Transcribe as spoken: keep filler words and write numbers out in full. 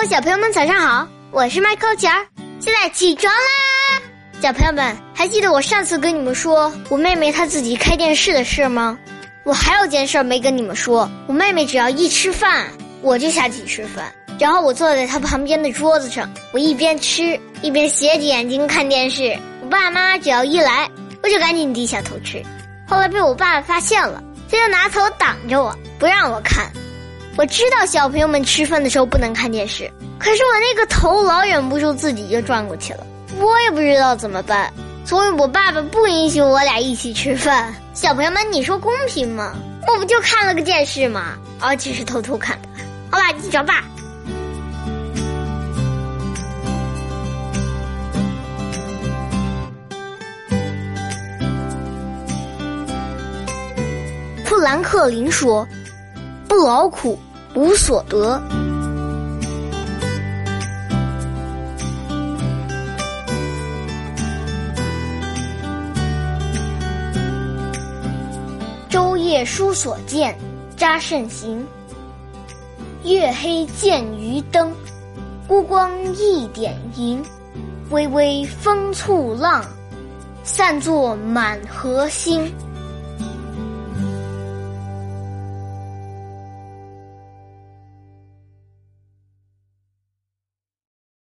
Hello， 小朋友们早上好，我是麦克钱儿，现在起床啦！小朋友们，还记得我上次跟你们说我妹妹她自己开电视的事吗？我还有件事没跟你们说，我妹妹只要一吃饭，我就下去吃饭，然后我坐在她旁边的桌子上，我一边吃一边斜着眼睛看电视。我爸爸妈妈只要一来，我就赶紧低下头吃。后来被我爸爸发现了，他就拿头挡着我，不让我看。我知道小朋友们吃饭的时候不能看电视，可是我那个头老忍不住自己就转过去了，我也不知道怎么办，所以我爸爸不允许我俩一起吃饭。小朋友们，你说公平吗？我不就看了个电视吗？而且是偷偷看的。好吧，记着吧。富兰克林说，不劳苦无所得。舟夜书所见，札慎行。月黑见渔灯，孤光一点萤。微微风簇浪，散作满河星。